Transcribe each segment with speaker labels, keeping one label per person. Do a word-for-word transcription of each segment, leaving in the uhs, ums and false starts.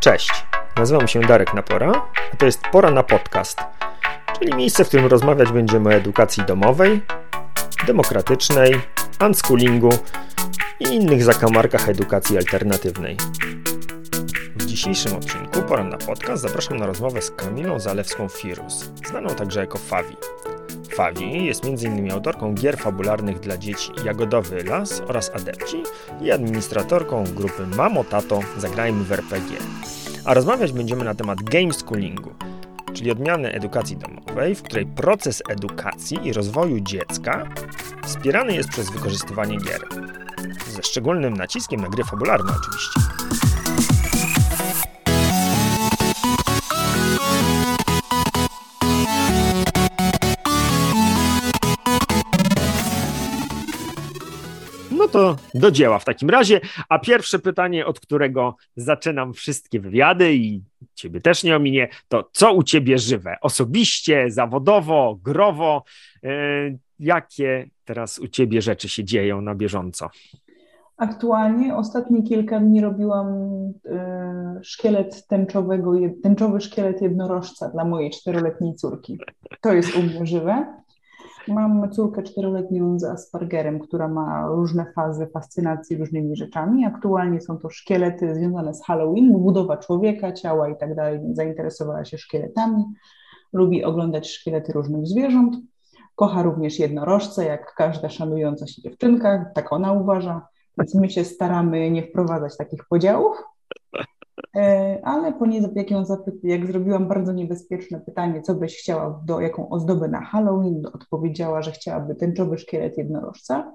Speaker 1: Cześć, nazywam się Darek Napora, a to jest Pora na Podcast, czyli miejsce, w którym rozmawiać będziemy o edukacji domowej, demokratycznej, unschoolingu i innych zakamarkach edukacji alternatywnej. W dzisiejszym odcinku Pora na Podcast zapraszam na rozmowę z Kamilą Zalewską-Firus, znaną także jako Fawi. Fawi jest między innymi autorką gier fabularnych dla dzieci Jagodowy Las oraz Adepci i administratorką grupy Mamo Tato Zagrajmy w er pe gie. A rozmawiać będziemy na temat gameschoolingu, czyli odmiany edukacji domowej, w której proces edukacji i rozwoju dziecka wspierany jest przez wykorzystywanie gier. Ze szczególnym naciskiem na gry fabularne oczywiście. No to do dzieła w takim razie, a pierwsze pytanie, od którego zaczynam wszystkie wywiady i ciebie też nie ominie, to co u ciebie żywe? Osobiście, zawodowo, growo? Yy, jakie teraz u ciebie rzeczy się dzieją na bieżąco?
Speaker 2: Aktualnie ostatnie kilka dni robiłam y, szkielet tęczowego, tęczowy szkielet jednorożca dla mojej czteroletniej córki. To jest u mnie żywe. Mam córkę czteroletnią z Aspergerem, która ma różne fazy fascynacji różnymi rzeczami. Aktualnie są to szkielety związane z Halloween, budowa człowieka, ciała i tak dalej. Zainteresowała się szkieletami. Lubi oglądać szkielety różnych zwierząt. Kocha również jednorożce, jak każda szanująca się dziewczynka, tak ona uważa. Więc my się staramy nie wprowadzać takich podziałów. Ale ponieważ jak, ją zapy- jak zrobiłam bardzo niebezpieczne pytanie, co byś chciała, do jaką ozdobę na Halloween, odpowiedziała, że chciałaby tęczowy szkielet jednorożca.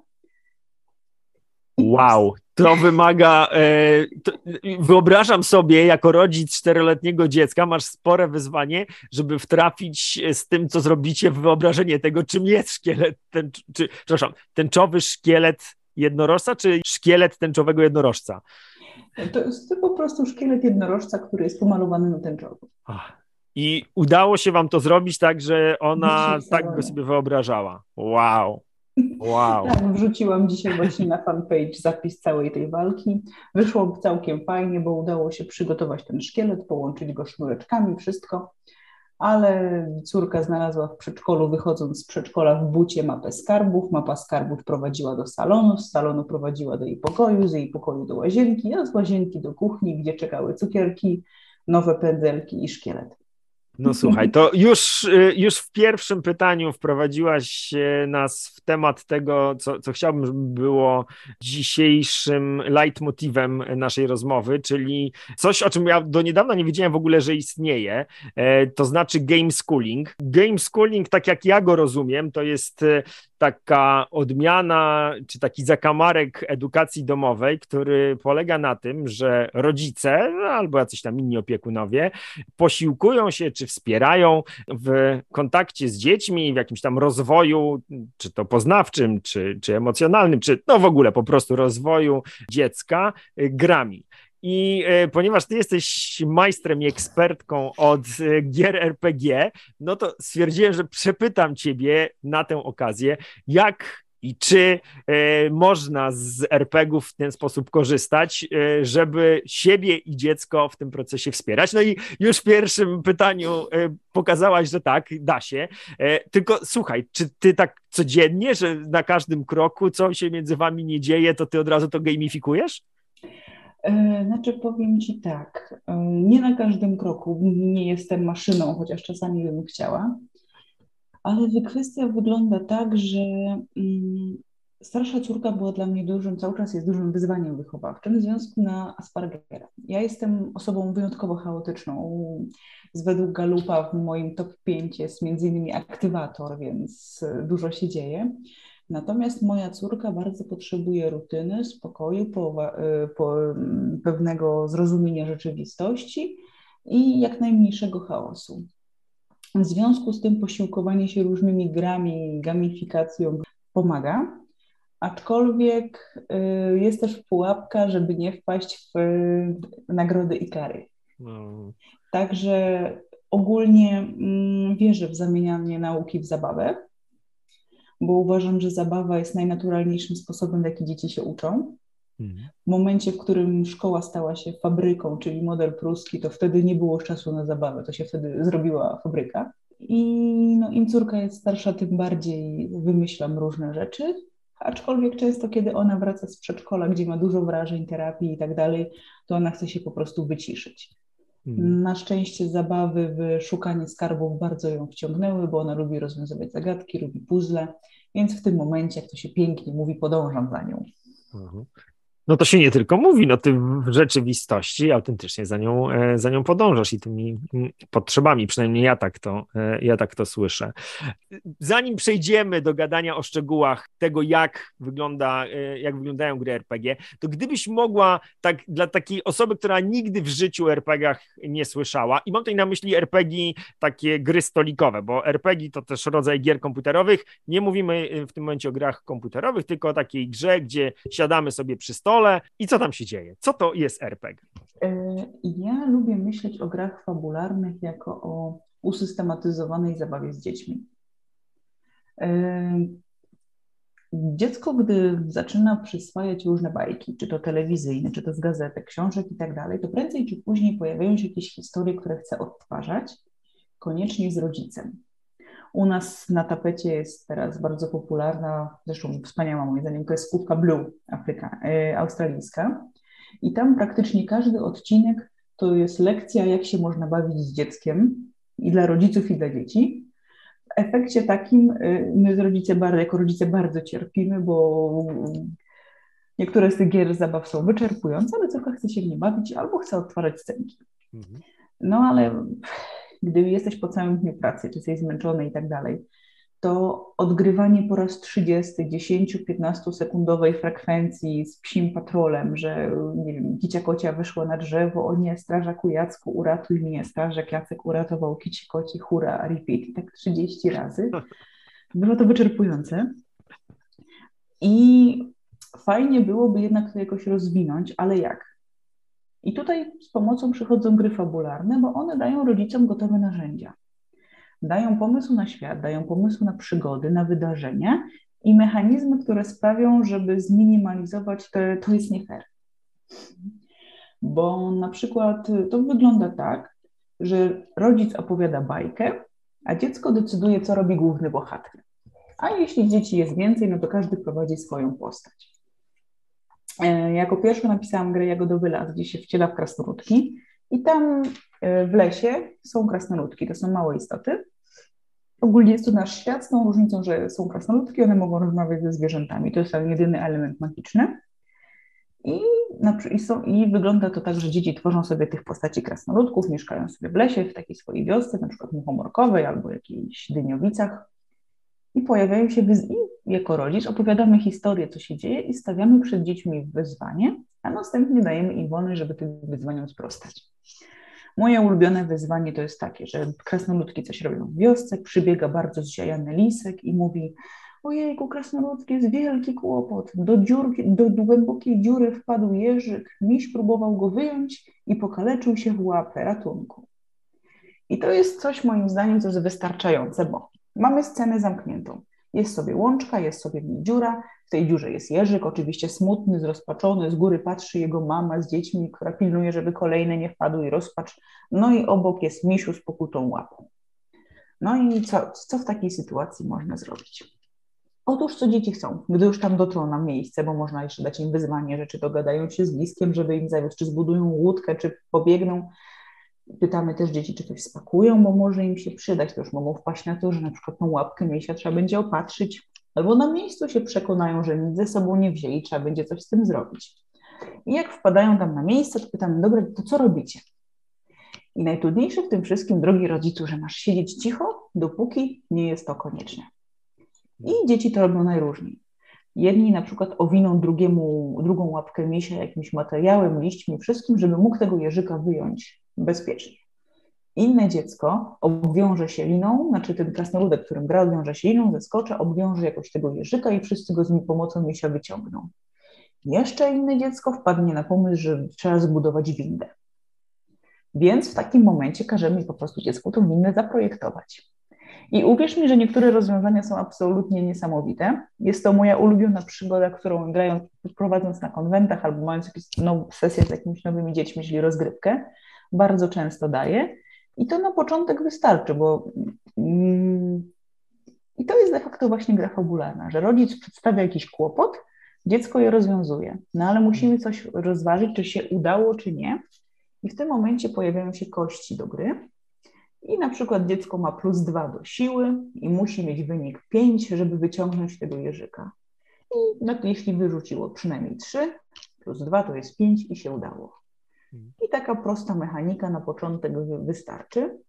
Speaker 1: Wow, to wymaga, e, to, wyobrażam sobie jako rodzic czteroletniego dziecka, masz spore wyzwanie, żeby wtrafić z tym, co zrobicie, w wyobrażenie tego, czym jest szkielet, ten, czy, przepraszam, tęczowy szkielet jednorożca, czy szkielet tęczowego jednorożca?
Speaker 2: To jest to po prostu szkielet jednorożca, który jest pomalowany na tęczowo.
Speaker 1: I udało się wam to zrobić tak, że ona tak go sobie wyobrażała. Wow. Wow.
Speaker 2: Tak, wrzuciłam dzisiaj właśnie na fanpage zapis całej tej walki. Wyszło całkiem fajnie, bo udało się przygotować ten szkielet, połączyć go sznureczkami, wszystko. Ale córka znalazła w przedszkolu, wychodząc z przedszkola w bucie mapę skarbów. Mapa skarbów prowadziła do salonu, z salonu prowadziła do jej pokoju, z jej pokoju do łazienki, a z łazienki do kuchni, gdzie czekały cukierki, nowe pędzelki i szkielet.
Speaker 1: No słuchaj, to już, już w pierwszym pytaniu wprowadziłaś nas w temat tego, co, co chciałbym, żeby było dzisiejszym leitmotivem naszej rozmowy, czyli coś, o czym ja do niedawna nie wiedziałem w ogóle, że istnieje, to znaczy gameschooling. Gameschooling, tak jak ja go rozumiem, to jest taka odmiana, czy taki zakamarek edukacji domowej, który polega na tym, że rodzice, no, albo jacyś tam inni opiekunowie posiłkują się, czy wspierają w kontakcie z dziećmi, w jakimś tam rozwoju, czy to poznawczym, czy, czy emocjonalnym, czy no w ogóle po prostu rozwoju dziecka grami. I e, ponieważ ty jesteś majstrem i ekspertką od e, gier er pe gie, no to stwierdziłem, że przepytam ciebie na tę okazję, jak i czy e, można z er pe gów w ten sposób korzystać, e, żeby siebie i dziecko w tym procesie wspierać. No i już w pierwszym pytaniu e, pokazałaś, że tak, da się. E, tylko słuchaj, czy ty tak codziennie, że na każdym kroku, co się między wami nie dzieje, to ty od razu to gamifikujesz?
Speaker 2: Znaczy powiem ci tak, nie na każdym kroku, nie jestem maszyną, chociaż czasami bym chciała, ale kwestia wygląda tak, że starsza córka była dla mnie dużym, cały czas jest dużym wyzwaniem wychowawczym w związku na Aspergera. Ja jestem osobą wyjątkowo chaotyczną. Według Galupa w moim top pięć jest między innymi aktywator, więc dużo się dzieje. Natomiast moja córka bardzo potrzebuje rutyny, spokoju, po, po pewnego zrozumienia rzeczywistości i jak najmniejszego chaosu. W związku z tym posiłkowanie się różnymi grami, gamifikacją pomaga, aczkolwiek jest też pułapka, żeby nie wpaść w nagrody i kary. Hmm. Także ogólnie wierzę w zamienianie nauki w zabawę, bo uważam, że zabawa jest najnaturalniejszym sposobem, w jaki dzieci się uczą.
Speaker 1: Mhm.
Speaker 2: W momencie, w którym szkoła stała się fabryką, czyli model pruski, to wtedy nie było czasu na zabawę, to się wtedy zrobiła fabryka. I no, im córka jest starsza, tym bardziej wymyślam różne rzeczy, aczkolwiek często, kiedy ona wraca z przedszkola, gdzie ma dużo wrażeń, terapii i tak dalej, to ona chce się po prostu wyciszyć.
Speaker 1: Mhm.
Speaker 2: Na szczęście zabawy w szukanie skarbów bardzo ją wciągnęły, bo ona lubi rozwiązywać zagadki, lubi puzzle, więc w tym momencie, jak to się pięknie mówi, podążam za nią.
Speaker 1: Mhm. No to się nie tylko mówi, no ty w rzeczywistości autentycznie za nią, e, za nią podążasz i tymi mm, potrzebami, przynajmniej ja tak to, e, ja tak to słyszę. Zanim przejdziemy do gadania o szczegółach tego, jak wygląda, e, jak wyglądają gry er pe gie, to gdybyś mogła tak dla takiej osoby, która nigdy w życiu o er pe gach nie słyszała, i mam tutaj na myśli er pe gie takie gry stolikowe, bo er pe gie to też rodzaj gier komputerowych, nie mówimy w tym momencie o grach komputerowych, tylko o takiej grze, gdzie siadamy sobie przy stole i co tam się dzieje? Co to jest er pe gie?
Speaker 2: Ja lubię myśleć o grach fabularnych jako o usystematyzowanej zabawie z dziećmi. Dziecko, gdy zaczyna przyswajać różne bajki, czy to telewizyjne, czy to z gazetek, książek i tak dalej, to prędzej czy później pojawiają się jakieś historie, które chce odtwarzać, koniecznie z rodzicem. U nas na tapecie jest teraz bardzo popularna, zresztą wspaniała moim zdaniem, to jest Kubka Blue, Afryka, yy, australijska. I tam praktycznie każdy odcinek to jest lekcja, jak się można bawić z dzieckiem i dla rodziców, i dla dzieci. W efekcie takim yy, my z rodzice, jako rodzice bardzo cierpimy, bo niektóre z tych gier zabaw są wyczerpujące, ale córka chce się w nie bawić albo chce odtwarzać scenki. Mhm. No ale gdy jesteś po całym dniu pracy, czy jesteś zmęczony i tak dalej, to odgrywanie po raz trzydziesty, dziesięcio piętnaście sekundowej frekwencji z psim patrolem, że nie wiem, kicia kocia wyszła na drzewo, o nie, strażaku Jacku, uratuj mnie, strażak Jacek uratował kici koci, hura, repeat, i tak trzydzieści razy. Było to wyczerpujące. I fajnie byłoby jednak to jakoś rozwinąć, ale jak? I tutaj z pomocą przychodzą gry fabularne, bo one dają rodzicom gotowe narzędzia. Dają pomysł na świat, dają pomysł na przygody, na wydarzenia i mechanizmy, które sprawią, żeby zminimalizować te, to jest nie fair. Bo na przykład to wygląda tak, że rodzic opowiada bajkę, a dziecko decyduje, co robi główny bohater. A jeśli dzieci jest więcej, no to każdy prowadzi swoją postać. Jako pierwszą napisałam grę Jagodowy Las, gdzie się wciela w krasnoludki i tam w lesie są krasnoludki, to są małe istoty. Ogólnie jest to nasz świat z tą różnicą, że są krasnoludki, one mogą rozmawiać ze zwierzętami. To jest ten jedyny element magiczny. I, i, są, I wygląda to tak, że dzieci tworzą sobie tych postaci krasnoludków, mieszkają sobie w lesie, w takiej swojej wiosce, na przykład Muchomorkowej albo jakichś Dyniowicach. I pojawiają się, wyz- i jako rodzic opowiadamy historię, co się dzieje i stawiamy przed dziećmi wyzwanie, a następnie dajemy im wolność, żeby tym wyzwaniom sprostać. Moje ulubione wyzwanie to jest takie, że krasnoludki coś robią w wiosce, przybiega bardzo zziajany lisek i mówi: ojejku, krasnoludki, jest wielki kłopot, do, dziurki, do głębokiej dziury wpadł jeżyk, miś próbował go wyjąć i pokaleczył się w łapę, ratunku. I to jest coś moim zdaniem, co jest wystarczające, bo mamy scenę zamkniętą. Jest sobie łączka, jest sobie w niej dziura, w tej dziurze jest jeżyk, oczywiście smutny, zrozpaczony, z góry patrzy jego mama z dziećmi, która pilnuje, żeby kolejne nie wpadły i rozpacz. No i obok jest misiu z pokutą łapą. No i co, co w takiej sytuacji można zrobić? Otóż co dzieci chcą, gdy już tam dotrą na miejsce, bo można jeszcze dać im wyzwanie, że czy dogadają się z liskiem, żeby im zawiózł, czy zbudują łódkę, czy pobiegną. Pytamy też dzieci, czy coś spakują, bo może im się przydać. To już mogą wpaść na to, że na przykład tą łapkę misia trzeba będzie opatrzyć, albo na miejscu się przekonają, że nic ze sobą nie wzięli, trzeba będzie coś z tym zrobić. I jak wpadają tam na miejsce, to pytamy: dobra, to co robicie? I najtrudniejsze w tym wszystkim, drogi rodzicu, że masz siedzieć cicho, dopóki nie jest to konieczne. I dzieci to robią najróżniej. Jedni na przykład owiną drugiemu, drugą łapkę misia jakimś materiałem, liśćmi, wszystkim, żeby mógł tego jeżyka wyjąć bezpiecznie. Inne dziecko obwiąże się liną, znaczy ten krasnoludek, którym gra, obwiąże się liną, zeskoczy, obwiąże jakoś tego jeżyka i wszyscy go z nim pomocą misia wyciągną. Jeszcze inne dziecko wpadnie na pomysł, że trzeba zbudować windę. Więc w takim momencie każemy po prostu dziecku tą windę zaprojektować. I uwierz mi, że niektóre rozwiązania są absolutnie niesamowite. Jest to moja ulubiona przygoda, którą grając, prowadząc na konwentach albo mając jakieś now, sesję z jakimiś nowymi dziećmi, czyli rozgrywkę, bardzo często daję. I to na początek wystarczy, bo mm, i to jest de facto właśnie gra fabularna, że rodzic przedstawia jakiś kłopot, dziecko je rozwiązuje. No ale musimy coś rozważyć, czy się udało, czy nie. I w tym momencie pojawiają się kości do gry. I na przykład dziecko ma plus dwa do siły i musi mieć wynik pięć, żeby wyciągnąć tego jeżyka. I no, jeśli wyrzuciło przynajmniej trzy, plus dwa to jest pięć i się udało. I taka prosta mechanika na początek wystarczy.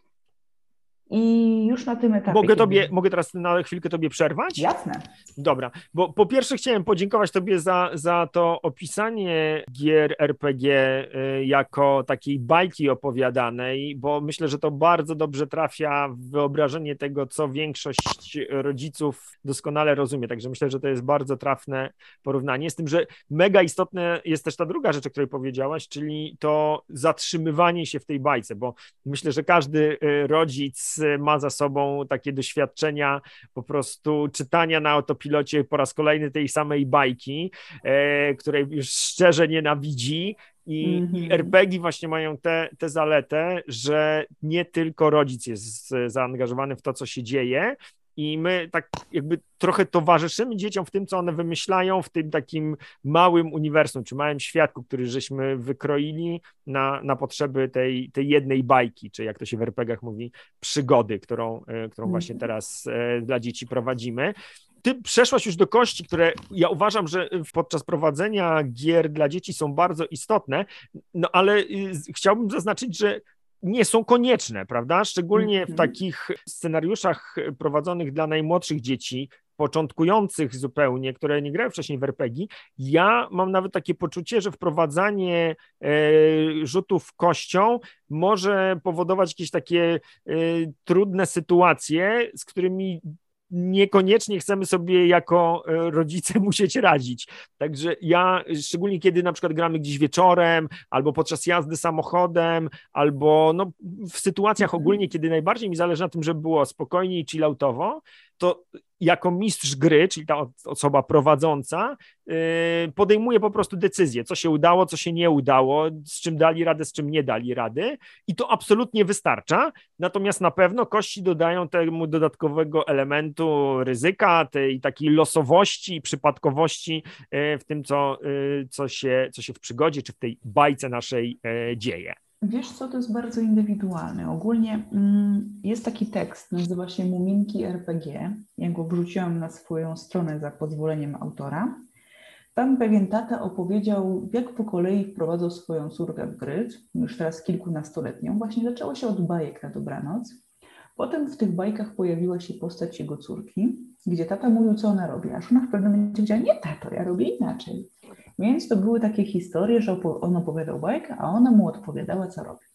Speaker 2: I już na tym etapie...
Speaker 1: Mogę, tobie, kiedy... mogę teraz na chwilkę tobie przerwać?
Speaker 2: Jasne.
Speaker 1: Dobra, bo po pierwsze chciałem podziękować tobie za, za to opisanie gier er pe gie jako takiej bajki opowiadanej, bo myślę, że to bardzo dobrze trafia w wyobrażenie tego, co większość rodziców doskonale rozumie, także myślę, że to jest bardzo trafne porównanie, z tym, że mega istotne jest też ta druga rzecz, o której powiedziałaś, czyli to zatrzymywanie się w tej bajce, bo myślę, że każdy rodzic ma za sobą takie doświadczenia po prostu czytania na autopilocie po raz kolejny tej samej bajki, e, której już szczerze nienawidzi. I, mm-hmm. i er pe gie właśnie mają tę te, te zaletę, że nie tylko rodzic jest zaangażowany w to, co się dzieje, i my tak jakby trochę towarzyszymy dzieciom w tym, co one wymyślają w tym takim małym uniwersum, czy małym światku, który żeśmy wykroili na, na potrzeby tej, tej jednej bajki, czy jak to się w er pe giach mówi, przygody, którą, którą właśnie teraz dla dzieci prowadzimy. Ty przeszłaś już do kości, które ja uważam, że podczas prowadzenia gier dla dzieci są bardzo istotne, no ale chciałbym zaznaczyć, że nie są konieczne, prawda? Szczególnie w takich scenariuszach prowadzonych dla najmłodszych dzieci, początkujących zupełnie, które nie grały wcześniej w er pe gie, ja mam nawet takie poczucie, że wprowadzanie e, rzutów kością może powodować jakieś takie e, trudne sytuacje, z którymi niekoniecznie chcemy sobie jako rodzice musieć radzić. Także ja, szczególnie kiedy na przykład gramy gdzieś wieczorem, albo podczas jazdy samochodem, albo no, w sytuacjach ogólnie, kiedy najbardziej mi zależy na tym, żeby było spokojnie i chilloutowo, to jako mistrz gry, czyli ta osoba prowadząca, yy, podejmuje po prostu decyzję, co się udało, co się nie udało, z czym dali radę, z czym nie dali rady, i to absolutnie wystarcza, natomiast na pewno kości dodają temu dodatkowego elementu ryzyka, tej takiej losowości i przypadkowości yy, w tym, co, yy, co, się, co się w przygodzie, czy w tej bajce naszej yy, dzieje.
Speaker 2: Wiesz co, to jest bardzo indywidualne. Ogólnie mm, jest taki tekst, nazywa się Muminki er pe gie. Ja go wrzuciłam na swoją stronę za pozwoleniem autora. Tam pewien tata opowiedział, jak po kolei wprowadzał swoją córkę w gry, już teraz kilkunastoletnią. Właśnie zaczęło się od bajek na dobranoc. Potem w tych bajkach pojawiła się postać jego córki, gdzie tata mówił, co ona robi. Aż ona w pewnym momencie powiedziała, nie tato, ja robię inaczej. Więc to były takie historie, że on opowiadał bajkę, a ona mu odpowiadała, co robi.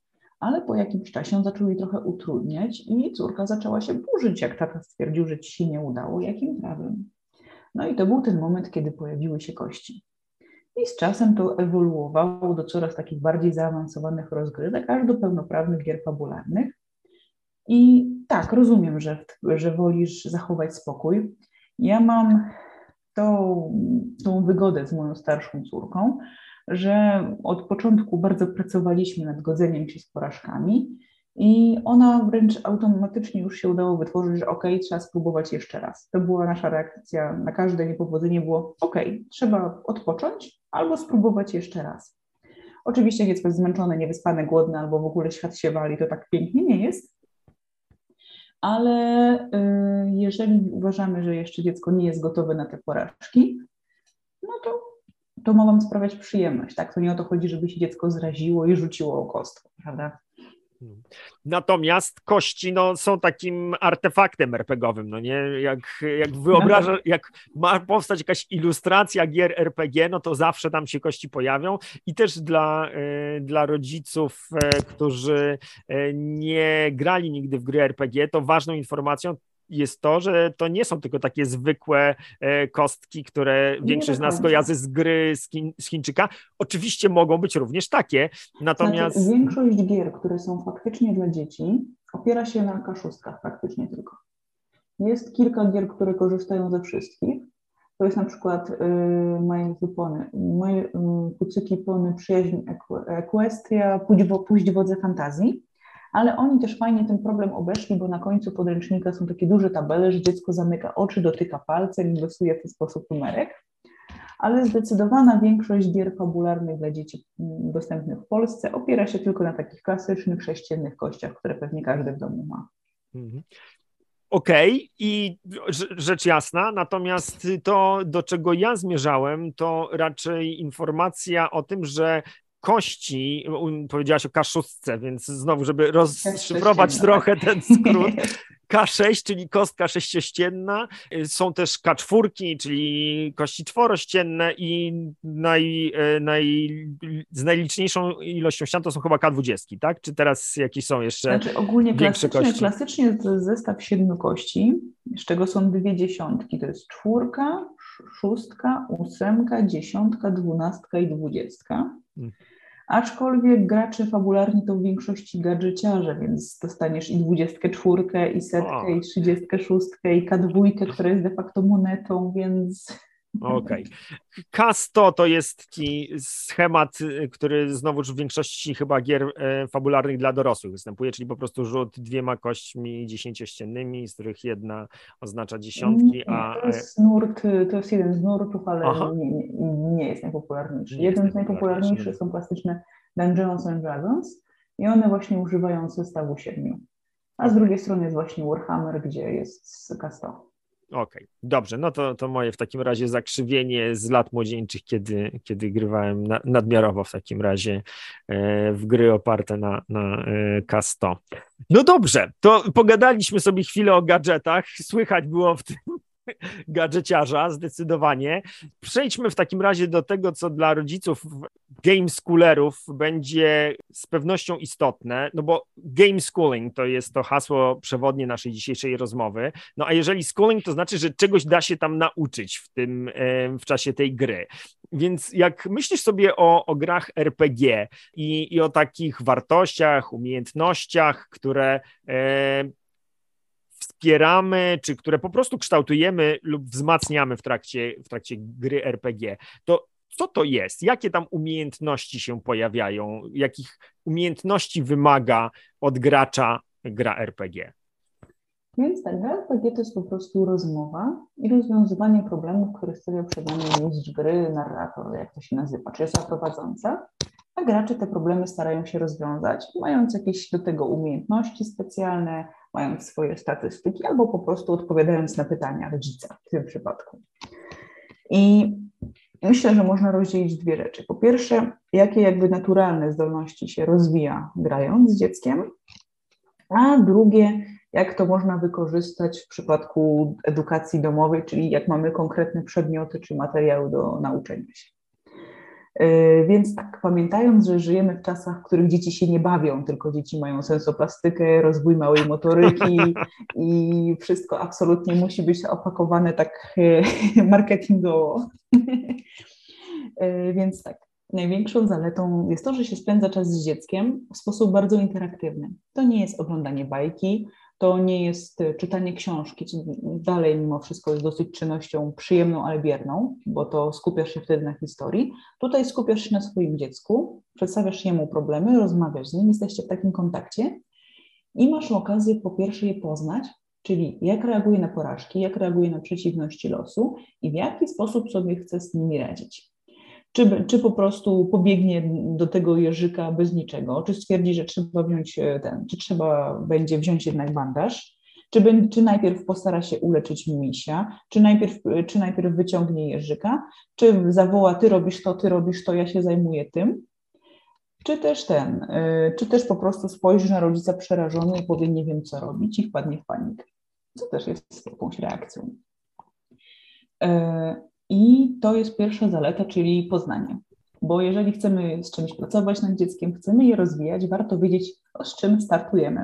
Speaker 2: Ale po jakimś czasie on zaczął jej trochę utrudniać i córka zaczęła się burzyć, jak tata stwierdził, że ci się nie udało, jakim prawem. No i to był ten moment, kiedy pojawiły się kości. I z czasem to ewoluowało do coraz takich bardziej zaawansowanych rozgrywek, aż do pełnoprawnych gier fabularnych. I tak, rozumiem, że, że wolisz zachować spokój. Ja mam tą, tą wygodę z moją starszą córką, że od początku bardzo pracowaliśmy nad godzeniem się z porażkami i ona wręcz automatycznie już się udało wytworzyć, że okej, okay, trzeba spróbować jeszcze raz. To była nasza reakcja na każde niepowodzenie, było okej, okay, trzeba odpocząć albo spróbować jeszcze raz. Oczywiście dziecko jest zmęczone, niewyspane, głodne albo w ogóle świat się wali, to tak pięknie nie jest. Ale y, jeżeli uważamy, że jeszcze dziecko nie jest gotowe na te porażki, no to, to ma wam sprawiać przyjemność, tak? To nie o to chodzi, żeby się dziecko zraziło i rzuciło o kostkę, prawda?
Speaker 1: Natomiast kości no, są takim artefaktem er pe gie owym, no nie? Jak, jak wyobrażasz, jak ma powstać jakaś ilustracja gier er pe gie, no to zawsze tam się kości pojawią i też dla, y, dla rodziców, y, którzy y, nie grali nigdy w gry er pe gie, to ważną informacją jest to, że to nie są tylko takie zwykłe e, kostki, które nie większość z nas kojarzy z gry z, Chin, z Chińczyka. Oczywiście mogą być również takie, natomiast...
Speaker 2: Znaczy, większość gier, które są faktycznie dla dzieci, opiera się na kaszustkach praktycznie tylko. Jest kilka gier, które korzystają ze wszystkich. To jest na przykład y, My Pony, My y, Kucyki Pony, Przyjaźń Equestria, Pójdź, Pójdź Wodze Fantazji, ale oni też fajnie ten problem obeszli, bo na końcu podręcznika są takie duże tabele, że dziecko zamyka oczy, dotyka palcem i losuje w ten sposób numerek. Ale zdecydowana większość gier fabularnych dla dzieci dostępnych w Polsce opiera się tylko na takich klasycznych, sześciennych kościach, które pewnie każdy w domu ma.
Speaker 1: Mhm. Okej, okay. I rzecz jasna, natomiast to, do czego ja zmierzałem, to raczej informacja o tym, że kości, powiedziałaś o kaszustce, więc znowu, żeby rozszyfrować trochę ten skrót, K sześć, czyli kostka sześciościenna, są też K cztery, czyli kości czworościenne i naj, naj, z najliczniejszą ilością ścian to są chyba K dwadzieścia, tak? Czy teraz jakieś są jeszcze
Speaker 2: Znaczy ogólnie
Speaker 1: większe
Speaker 2: klasycznie,
Speaker 1: kości?
Speaker 2: klasycznie jest zestaw siedmiu kości, z czego są dwie dziesiątki, to jest czwórka, szóstka, ósemka, dziesiątka, dwunastka i dwudziestka. Hmm. Aczkolwiek gracze fabularni to w większości gadżeciarze, więc dostaniesz i dwudziestkę czwórkę, i setkę, o. i trzydziestkę szóstkę, i K dwa, która jest de facto monetą, więc...
Speaker 1: Okej. Okay. K sto to jest taki schemat, który znowuż w większości chyba gier fabularnych dla dorosłych występuje, czyli po prostu rzut dwiema kośćmi dziesięciościennymi, z których jedna oznacza dziesiątki,
Speaker 2: nie,
Speaker 1: a...
Speaker 2: To jest nurt, to jest jeden z nurtów, ale nie, nie, nie jest najpopularniejszy. Nie jeden jest z najpopularniejszych są klasyczne Dungeons and Dragons i one właśnie używają zestawu siedmiu. A z drugiej strony jest właśnie Warhammer, gdzie jest K sto.
Speaker 1: Okej, okay. Dobrze, no to, to moje w takim razie zakrzywienie z lat młodzieńczych, kiedy, kiedy grywałem na, nadmiarowo w takim razie e, w gry oparte na, na e, K sto. No dobrze, to pogadaliśmy sobie chwilę o gadżetach, słychać było w tym gadżeciarza zdecydowanie. Przejdźmy w takim razie do tego, co dla rodziców game schoolerów będzie z pewnością istotne, no bo game schooling to jest to hasło przewodnie naszej dzisiejszej rozmowy, no a jeżeli schooling, to znaczy, że czegoś da się tam nauczyć w tym, w czasie tej gry. Więc jak myślisz sobie o, o grach R P G i, i o takich wartościach, umiejętnościach, które e, wspieramy, czy które po prostu kształtujemy lub wzmacniamy w trakcie, w trakcie gry R P G, to co to jest? Jakie tam umiejętności się pojawiają? Jakich umiejętności wymaga od gracza gra R P G?
Speaker 2: Więc tak, gra R P G to jest po prostu rozmowa i rozwiązywanie problemów, które stawia przed nami mistrz gry, narrator, jak to się nazywa, czy osoba prowadząca, a gracze te problemy starają się rozwiązać, mając jakieś do tego umiejętności specjalne, mając swoje statystyki, albo po prostu odpowiadając na pytania rodzica w tym przypadku. I myślę, że można rozdzielić dwie rzeczy. Po pierwsze, jakie jakby naturalne zdolności się rozwija grając z dzieckiem, a drugie, jak to można wykorzystać w przypadku edukacji domowej, czyli jak mamy konkretne przedmioty czy materiały do nauczenia się. Więc tak, pamiętając, że żyjemy w czasach, w których dzieci się nie bawią, tylko dzieci mają sensoplastykę, rozwój małej motoryki i wszystko absolutnie musi być opakowane tak marketingowo. Więc tak, największą zaletą jest to, że się spędza czas z dzieckiem w sposób bardzo interaktywny. To nie jest oglądanie bajki, to nie jest czytanie książki, co dalej mimo wszystko jest dosyć czynnością przyjemną, ale bierną, bo to skupiasz się wtedy na historii. Tutaj skupiasz się na swoim dziecku, przedstawiasz jemu problemy, rozmawiasz z nim, jesteście w takim kontakcie i masz okazję po pierwsze je poznać, czyli jak reaguje na porażki, jak reaguje na przeciwności losu i w jaki sposób sobie chce z nimi radzić. Czy, czy po prostu pobiegnie do tego jeżyka bez niczego, czy stwierdzi, że trzeba wziąć ten, czy trzeba będzie wziąć jednak bandaż, czy, czy najpierw postara się uleczyć misia, czy najpierw, czy najpierw wyciągnie jeżyka, czy zawoła, ty robisz to, ty robisz to, ja się zajmuję tym, czy też ten, czy też po prostu spojrzy na rodzica przerażony i powie, nie wiem co robić i wpadnie w panikę, co też jest jakąś reakcją. I to jest pierwsza zaleta, czyli poznanie. Bo jeżeli chcemy z czymś pracować nad dzieckiem, chcemy je rozwijać, warto wiedzieć, z czym startujemy.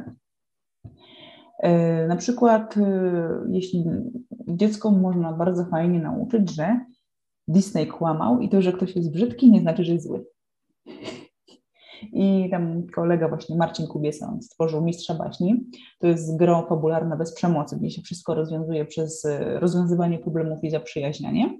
Speaker 2: Na przykład, jeśli dziecko można bardzo fajnie nauczyć, że Disney kłamał i to, że ktoś jest brzydki, nie znaczy, że jest zły. I tam kolega właśnie Marcin Kubiesa, on stworzył Mistrza Baśni. To jest gra fabularna bez przemocy, gdzie się wszystko rozwiązuje przez rozwiązywanie problemów i zaprzyjaźnianie.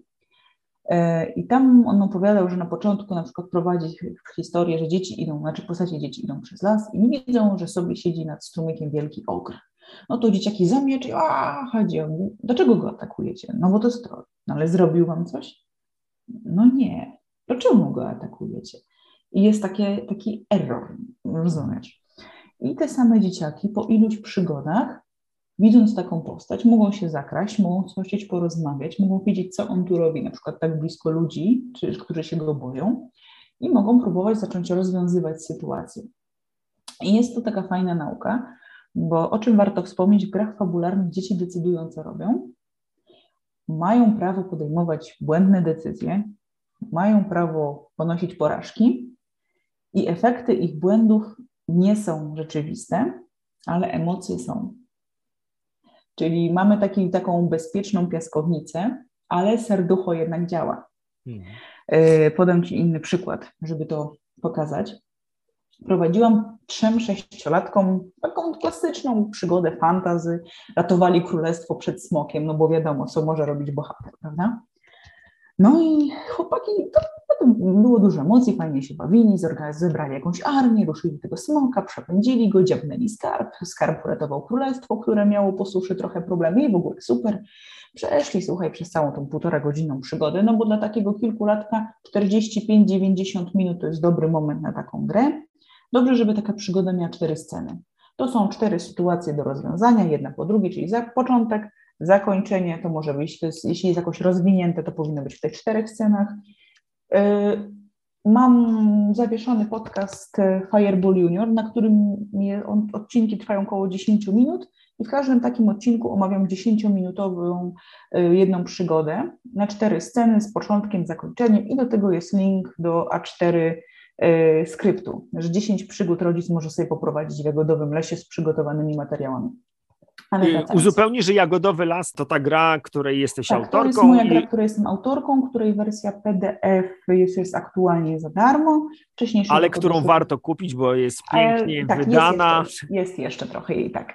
Speaker 2: I tam on opowiadał, że na początku na przykład prowadzi historię, że dzieci idą, znaczy postacie dzieci idą przez las i nie widzą, że sobie siedzi nad strumykiem wielki ogr. No to dzieciaki zamiecz, a chodzi o mnie. Dlaczego go atakujecie? No bo to jest troll. No ale zrobił wam coś? No nie. Dlaczego go atakujecie? I jest takie, taki error, rozumiesz? I te same dzieciaki po iluś przygodach, widząc taką postać, mogą się zakraść, mogą chcieć porozmawiać, mogą wiedzieć, co on tu robi, na przykład tak blisko ludzi, czy, którzy się go boją, i mogą próbować zacząć rozwiązywać sytuację. I jest to taka fajna nauka, bo o czym warto wspomnieć, w grach fabularnych dzieci decydują, co robią, mają prawo podejmować błędne decyzje, mają prawo ponosić porażki i efekty ich błędów nie są rzeczywiste, ale emocje są. Czyli mamy taki, taką bezpieczną piaskownicę, ale serducho jednak działa. Hmm. Podam Ci inny przykład, żeby to pokazać. Prowadziłam trzem sześciolatkom taką klasyczną przygodę fantasy. Ratowali królestwo przed smokiem, no bo wiadomo, co może robić bohater, prawda? No i chłopaki, to, to było dużo emocji, fajnie się bawili, zebrali jakąś armię, ruszyli do tego smoka, przepędzili go, dziabnęli skarb, skarb uratował królestwo, które miało po suszy trochę problemy i w ogóle super. Przeszli, słuchaj, przez całą tą półtora godzinną przygodę, no bo dla takiego kilkulatka czterdzieści pięć do dziewięćdziesięciu minut to jest dobry moment na taką grę. Dobrze, żeby taka przygoda miała cztery sceny. To są cztery sytuacje do rozwiązania, jedna po drugiej, czyli za początek, zakończenie, to może być, to jest, jeśli jest jakoś rozwinięte, to powinno być w tych czterech scenach. Yy, mam zawieszony podcast Fireball Junior, na którym je, on, odcinki trwają około dziesięć minut i w każdym takim odcinku omawiam dziesięciominutową yy, jedną przygodę na cztery sceny z początkiem, zakończeniem i do tego jest link do A cztery yy, skryptu, że dziesięć przygód rodzic może sobie poprowadzić w Jagodowym Lesie z przygotowanymi materiałami.
Speaker 1: Uzupełnię, że Jagodowy Las to ta gra, której jesteś
Speaker 2: tak,
Speaker 1: autorką.
Speaker 2: To jest moja i... gra, której jestem autorką, której wersja P D F jest, jest aktualnie za darmo.
Speaker 1: Ale którą dosyć... warto kupić, bo jest pięknie e, tak, wydana.
Speaker 2: Jest jeszcze, jest jeszcze trochę jej, tak.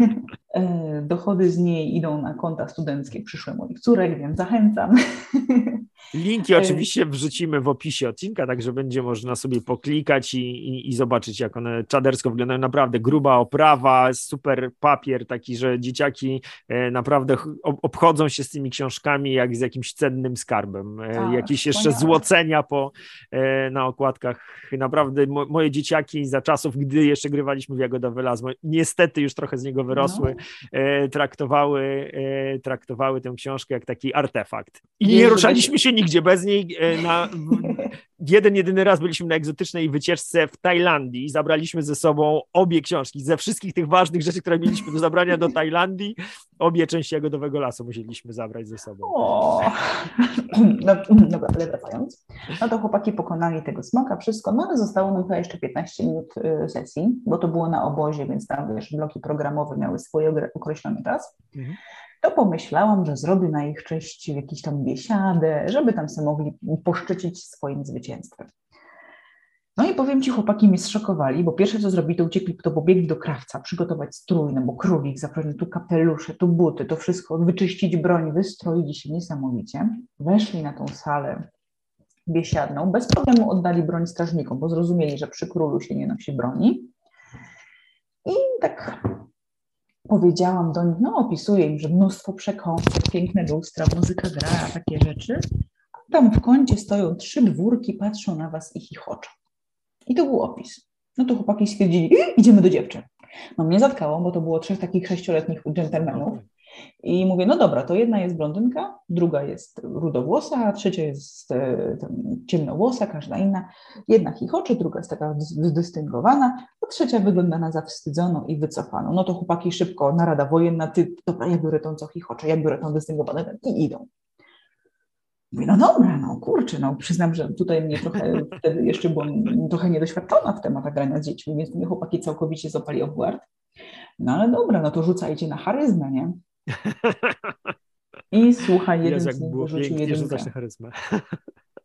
Speaker 2: Dochody z niej idą na konta studenckie przyszłe moich córek, więc zachęcam.
Speaker 1: Linki oczywiście wrzucimy w opisie odcinka, także będzie można sobie poklikać i, i, i zobaczyć, jak one czadersko wyglądają. Naprawdę gruba oprawa, super papier taki, że dzieciaki naprawdę obchodzą się z tymi książkami jak z jakimś cennym skarbem. A, Jakieś jeszcze wspaniale. Złocenia po, na okładkach. Naprawdę mo, moje dzieciaki za czasów, gdy jeszcze grywaliśmy w Jagodowy Las, niestety już trochę z niego wyrosły, no. traktowały, traktowały tę książkę jak taki artefakt. I nie, nie ruszaliśmy się nigdzie bez niej. Na jeden, jedyny raz byliśmy na egzotycznej wycieczce w Tajlandii. Zabraliśmy ze sobą obie książki. Ze wszystkich tych ważnych rzeczy, które mieliśmy do zabrania do Tajlandii, obie części Jagodowego Lasu musieliśmy zabrać ze sobą.
Speaker 2: O, no, dobra, ale wracając. No to chłopaki pokonali tego smoka, wszystko, no ale zostało nam chyba jeszcze piętnaście minut sesji, bo to było na obozie, więc tam, wiesz, bloki programowe miały swój określony czas. Mhm. To pomyślałam, że zrobię na ich cześć jakiś tam biesiadę, żeby tam sobie mogli poszczycić swoim zwycięstwem. No i powiem Ci, chłopaki mnie zszokowali, bo pierwsze co zrobili, to uciekli, to pobiegli do krawca, przygotować strój, no bo królik, zapewne tu kapelusze, tu buty, to wszystko, wyczyścić broń, wystroili się niesamowicie. Weszli na tą salę biesiadną, bez problemu oddali broń strażnikom, bo zrozumieli, że przy królu się nie nosi broni. I tak powiedziałam do nich, no opisuję im, że mnóstwo przekąsek, piękne lustra, muzyka gra, takie rzeczy. A tam w kącie stoją trzy dwórki, patrzą na was i chichoczą. I to był opis. No to chłopaki stwierdzili, idziemy do dziewczyn. No mnie zatkało, bo to było trzech takich sześcioletnich dżentelmenów. I mówię, no dobra, to jedna jest blondynka, druga jest rudowłosa, a trzecia jest e, ciemnowłosa, każda inna. Jedna chichoczy, druga jest taka zdystyngowana, a trzecia wygląda na zawstydzoną i wycofaną. No to chłopaki szybko, narada wojenna, ty, dobra, ja biorę tą, co chichocze, ja biorę tą dystyngowaną i idą. Mówię, no dobra, no kurczę, no przyznam, że tutaj mnie trochę, wtedy jeszcze byłam trochę niedoświadczona w tematach grania z dziećmi, więc mnie chłopaki całkowicie złapali off guard. No ale dobra, no to rzucajcie na charyzmę, nie? I słuchaj, jeden z nich wyrzucił jedynkę.
Speaker 1: Na charyzmę.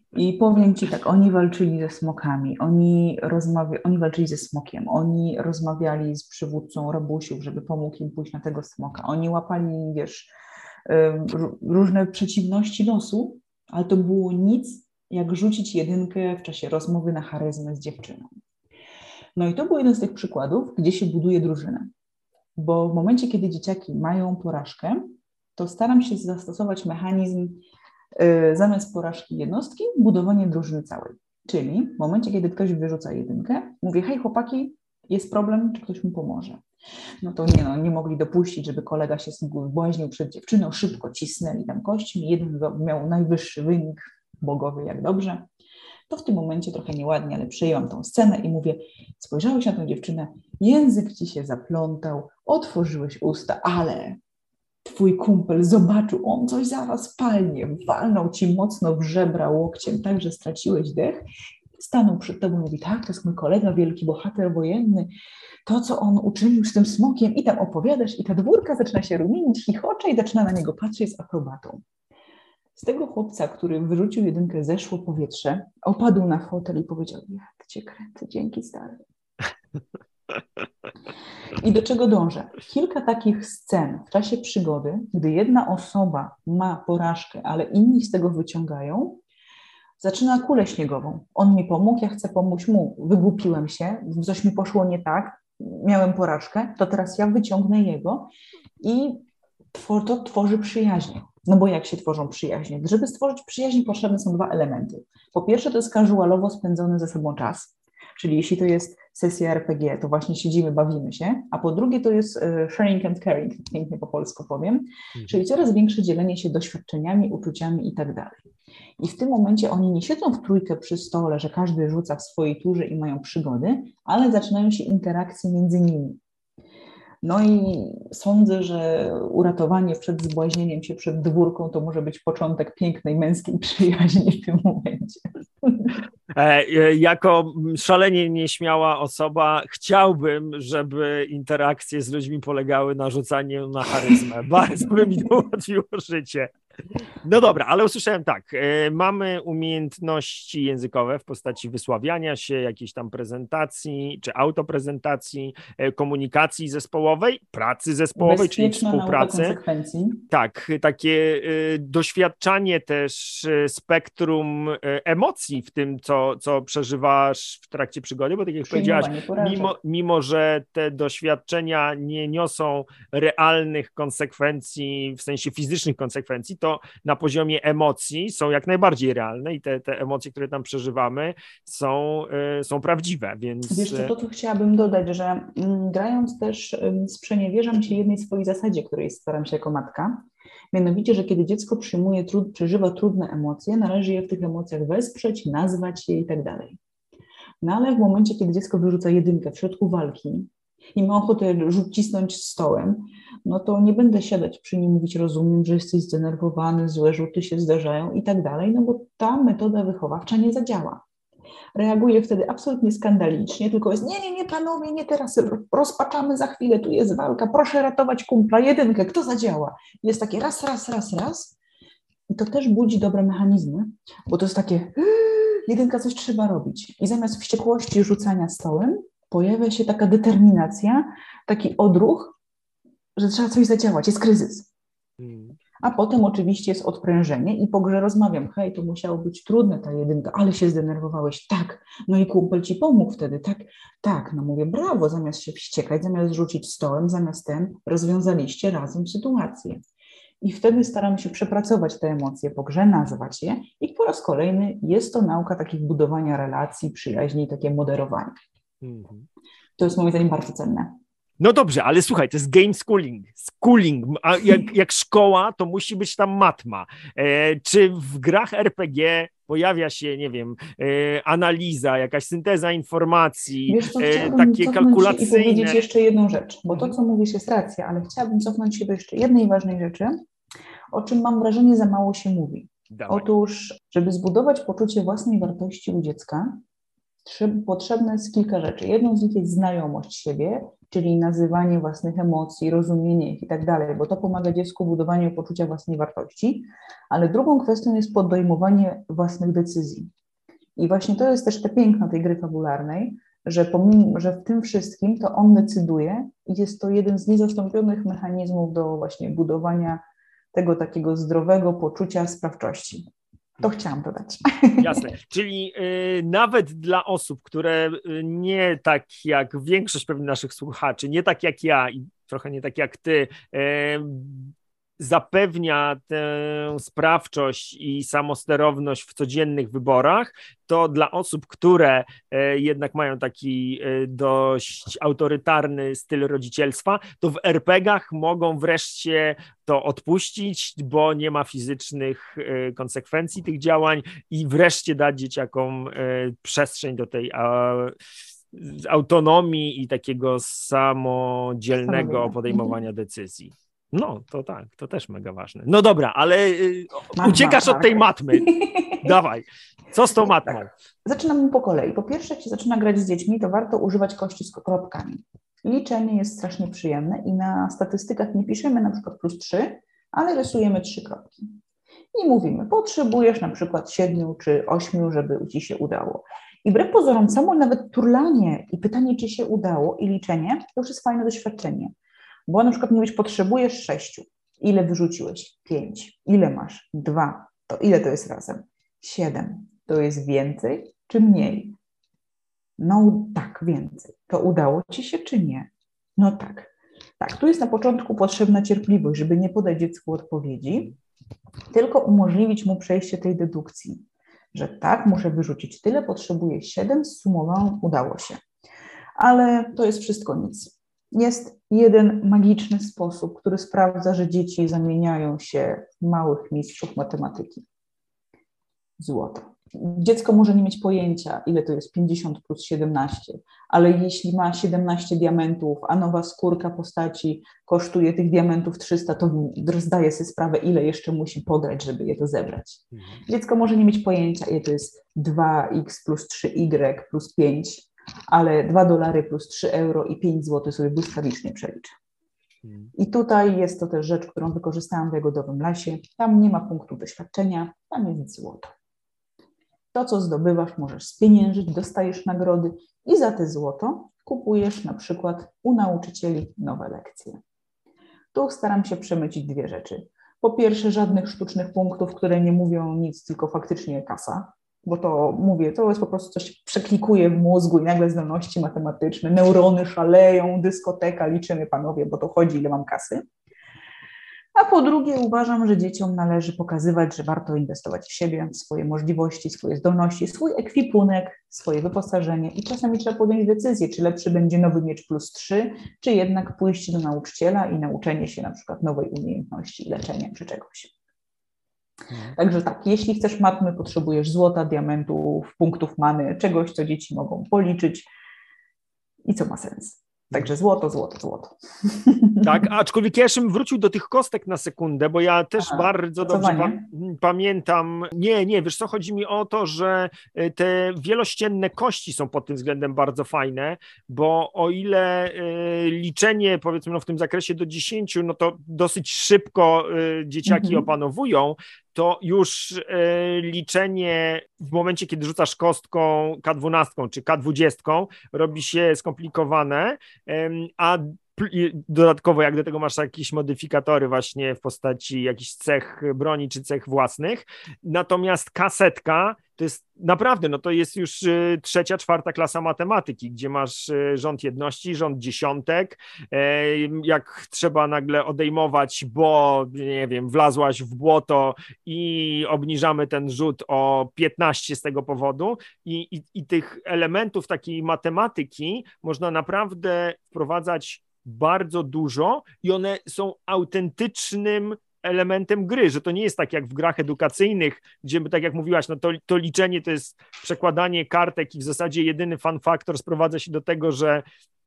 Speaker 2: I powiem Ci tak, oni walczyli ze smokami, oni, rozmawia- oni walczyli ze smokiem, oni rozmawiali z przywódcą rabusiów, żeby pomógł im pójść na tego smoka. Oni łapali, wiesz, y, różne przeciwności losu, ale to było nic, jak rzucić jedynkę w czasie rozmowy na charyzmę z dziewczyną. No i to był jeden z tych przykładów, gdzie się buduje drużynę. Bo w momencie, kiedy dzieciaki mają porażkę, to staram się zastosować mechanizm yy, zamiast porażki jednostki, budowanie drużyny całej. Czyli w momencie, kiedy ktoś wyrzuca jedynkę, mówię, hej chłopaki, jest problem, czy ktoś mu pomoże? No to nie, no, nie mogli dopuścić, żeby kolega się błaźnił przed dziewczyną, szybko cisnęli tam kośćmi, jeden miał najwyższy wynik, bogowy jak dobrze. To w tym momencie trochę nieładnie, ale przejęłam tą scenę i mówię, spojrzałeś na tę dziewczynę, język ci się zaplątał, otworzyłeś usta, ale twój kumpel zobaczył, on coś zaraz palnie, walnął ci mocno w żebra łokciem, tak, że straciłeś dech, stanął przed tobą i mówi, tak, to jest mój kolega, wielki bohater wojenny, to, co on uczynił z tym smokiem i tam opowiadasz i ta dwórka zaczyna się rumienić, chichocze i zaczyna na niego patrzeć z aprobatą. Z tego chłopca, który wyrzucił jedynkę, zeszło powietrze, opadł na fotel i powiedział, jak cię kręcę, dzięki stary. I do czego dążę? Kilka takich scen w czasie przygody, gdy jedna osoba ma porażkę, ale inni z tego wyciągają, zaczyna kulę śniegową. On mi pomógł, ja chcę pomóc mu. Wygłupiłem się, coś mi poszło nie tak, miałem porażkę, to teraz ja wyciągnę jego i to tworzy przyjaźnie. No bo jak się tworzą przyjaźnie? Żeby stworzyć przyjaźń, potrzebne są dwa elementy. Po pierwsze, to jest casualowo spędzony ze sobą czas, czyli jeśli to jest sesja er pe gie, to właśnie siedzimy, bawimy się, a po drugie to jest sharing and caring, pięknie po polsku powiem, mhm. czyli coraz większe dzielenie się doświadczeniami, uczuciami i tak dalej. I w tym momencie oni nie siedzą w trójkę przy stole, że każdy rzuca w swojej turze i mają przygody, ale zaczynają się interakcje między nimi. No i sądzę, że uratowanie przed zbłaźnieniem się przed dwórką to może być początek pięknej męskiej przyjaźni w tym momencie.
Speaker 1: E, jako szalenie nieśmiała osoba chciałbym, żeby interakcje z ludźmi polegały na rzucaniu na charyzmę. Bardzo by mi to ułatwiło życie. No dobra, ale usłyszałem tak, y, mamy umiejętności językowe w postaci wysławiania się, jakiejś tam prezentacji, czy autoprezentacji, y, komunikacji zespołowej, pracy zespołowej, czyli współpracy.
Speaker 2: Konsekwencji.
Speaker 1: Tak, takie y, doświadczanie też y, spektrum y, emocji w tym, co, co przeżywasz w trakcie przygody, bo tak jak powiedziałaś, mimo, mimo, że te doświadczenia nie niosą realnych konsekwencji, w sensie fizycznych konsekwencji, to na poziomie emocji są jak najbardziej realne i te, te emocje, które tam przeżywamy, są, y, są prawdziwe, więc...
Speaker 2: Wiesz co, to co chciałabym dodać, że m, grając też m, sprzeniewierzam się jednej swojej zasadzie, której staram się jako matka, mianowicie, że kiedy dziecko przyjmuje, trud, przeżywa trudne emocje, należy je w tych emocjach wesprzeć, nazwać je i tak dalej. No ale w momencie, kiedy dziecko wyrzuca jedynkę w środku walki i ma ochotę cisnąć stołem, no to nie będę siadać przy nim, mówić, rozumiem, że jesteś zdenerwowany, złe rzuty się zdarzają i tak dalej, no bo ta metoda wychowawcza nie zadziała. Reaguje wtedy absolutnie skandalicznie, tylko jest nie, nie, nie panowie, nie teraz, rozpaczamy za chwilę, tu jest walka, proszę ratować kumpla, jedynkę, kto zadziała? Jest takie raz, raz, raz, raz i to też budzi dobre mechanizmy, bo to jest takie jedynka, coś trzeba robić i zamiast wściekłości rzucania stołem pojawia się taka determinacja, taki odruch, że trzeba coś zadziałać, jest kryzys. Hmm. A potem oczywiście jest odprężenie i po grze rozmawiam, hej, to musiało być trudne ta jedynka, ale się zdenerwowałeś, tak, no i kumpel ci pomógł wtedy, tak, tak, no mówię, brawo, zamiast się wściekać, zamiast rzucić stołem, zamiast ten, rozwiązaliście razem sytuację. I wtedy staram się przepracować te emocje po grze, nazwać je i po raz kolejny jest to nauka takich budowania relacji, przyjaźni i takie moderowanie. Hmm. To jest moim zdaniem bardzo cenne.
Speaker 1: No dobrze, ale słuchaj, to jest game schooling, schooling, a jak, jak szkoła, to musi być tam matma. E, czy w grach er pe gie pojawia się, nie wiem, e, analiza, jakaś synteza informacji,
Speaker 2: Wiesz co,
Speaker 1: e, takie kalkulacyjne...
Speaker 2: i powiedzieć jeszcze jedną rzecz, bo to, co mówisz, jest racja, ale chciałabym cofnąć się do jeszcze jednej ważnej rzeczy, o czym mam wrażenie za mało się mówi. Dawaj. Otóż, żeby zbudować poczucie własnej wartości u dziecka, potrzebne jest kilka rzeczy. Jedną z nich jest znajomość siebie, czyli nazywanie własnych emocji, rozumienie ich i tak dalej, bo to pomaga dziecku w budowaniu poczucia własnej wartości, ale drugą kwestią jest podejmowanie własnych decyzji. I właśnie to jest też te piękno tej gry fabularnej, że pomimo, że w tym wszystkim to on decyduje i jest to jeden z niezastąpionych mechanizmów do właśnie budowania tego takiego zdrowego poczucia sprawczości. To chciałam dodać.
Speaker 1: Jasne, czyli y, nawet dla osób, które y, nie tak jak większość pewnie naszych słuchaczy, nie tak jak ja i trochę nie tak jak ty, y, zapewnia tę sprawczość i samosterowność w codziennych wyborach, to dla osób, które jednak mają taki dość autorytarny styl rodzicielstwa, to w er pe gach mogą wreszcie to odpuścić, bo nie ma fizycznych konsekwencji tych działań i wreszcie dać dzieciakom przestrzeń do tej autonomii i takiego samodzielnego podejmowania decyzji. No, to tak, to też mega ważne. No dobra, ale y, uciekasz od tej matmy. Dawaj, co z tą matmą?
Speaker 2: Tak. Zaczynamy po kolei. Po pierwsze, jak się zaczyna grać z dziećmi, to warto używać kości z kropkami. Liczenie jest strasznie przyjemne i na statystykach nie piszemy na przykład plus trzy, ale rysujemy trzy kropki. I mówimy, potrzebujesz na przykład siedmiu czy ośmiu, żeby ci się udało. I wbrew pozorom, samo nawet turlanie i pytanie, czy się udało i liczenie, to już jest fajne doświadczenie. Bo na przykład mówisz, potrzebujesz sześciu. Ile wyrzuciłeś? Pięć. Ile masz? Dwa. To ile to jest razem? Siedem. To jest więcej czy mniej? No tak, więcej. To udało ci się czy nie? No tak. Tak, tu jest na początku potrzebna cierpliwość, żeby nie podać dziecku odpowiedzi, tylko umożliwić mu przejście tej dedukcji, że tak, muszę wyrzucić tyle, potrzebuję siedem, zsumowałam, udało się. Ale to jest wszystko nic. Jest jeden magiczny sposób, który sprawdza, że dzieci zamieniają się w małych mistrzów matematyki. Złoto. Dziecko może nie mieć pojęcia, ile to jest pięćdziesiąt plus siedemnaście, ale jeśli ma siedemnaście diamentów, a nowa skórka postaci kosztuje tych diamentów trzysta, to zdaje sobie sprawę, ile jeszcze musi pograć, żeby je to zebrać. Mhm. Dziecko może nie mieć pojęcia, ile to jest dwa iks plus trzy igrek plus pięć, ale dwa dolary plus trzy euro i pięć złotych sobie błyskawicznie przelicza. I tutaj jest to też rzecz, którą wykorzystałam w Jagodowym Lasie. Tam nie ma punktu doświadczenia, tam jest złoto. To, co zdobywasz, możesz spieniężyć, dostajesz nagrody i za te złoto kupujesz na przykład u nauczycieli nowe lekcje. Tu staram się przemycić dwie rzeczy. Po pierwsze, żadnych sztucznych punktów, które nie mówią nic, tylko faktycznie kasa, bo to mówię, to jest po prostu coś przeklikuje w mózgu i nagle zdolności matematyczne, neurony szaleją, dyskoteka, liczymy panowie, bo to chodzi, ile mam kasy. A po drugie uważam, że dzieciom należy pokazywać, że warto inwestować w siebie, w swoje możliwości, swoje zdolności, swój ekwipunek, swoje wyposażenie i czasami trzeba podjąć decyzję, czy lepszy będzie nowy miecz plus trzy, czy jednak pójście do nauczyciela i nauczenie się na przykład nowej umiejętności, leczenia czy czegoś. Hmm. Także tak, jeśli chcesz matmy, potrzebujesz złota, diamentów, punktów many, czegoś, co dzieci mogą policzyć i co ma sens. Także złoto, złoto, złoto.
Speaker 1: Tak, aczkolwiek ja jeszcze bym wrócił do tych kostek na sekundę, bo ja też Aha, bardzo dobrze pa pamiętam. Nie, nie, wiesz co, chodzi mi o to, że te wielościenne kości są pod tym względem bardzo fajne, bo o ile y, liczenie, powiedzmy, no w tym zakresie do dziesięciu, no to dosyć szybko y, dzieciaki mhm. opanowują, to już y, liczenie w momencie, kiedy rzucasz kostką ka dwunastką czy ka dwudziestką, robi się skomplikowane, y, a dodatkowo jak do tego masz jakieś modyfikatory właśnie w postaci jakichś cech broni czy cech własnych, natomiast kasetka to jest naprawdę, no to jest już y, trzecia, czwarta klasa matematyki, gdzie masz y, rząd jedności, rząd dziesiątek, y, jak trzeba nagle odejmować, bo nie wiem, wlazłaś w błoto i obniżamy ten rzut o piętnaście z tego powodu i, i, i tych elementów takiej matematyki można naprawdę wprowadzać bardzo dużo i one są autentycznym elementem gry, że to nie jest tak jak w grach edukacyjnych, gdzie tak jak mówiłaś, no to, to liczenie to jest przekładanie kartek i w zasadzie jedyny fun factor sprowadza się do tego, że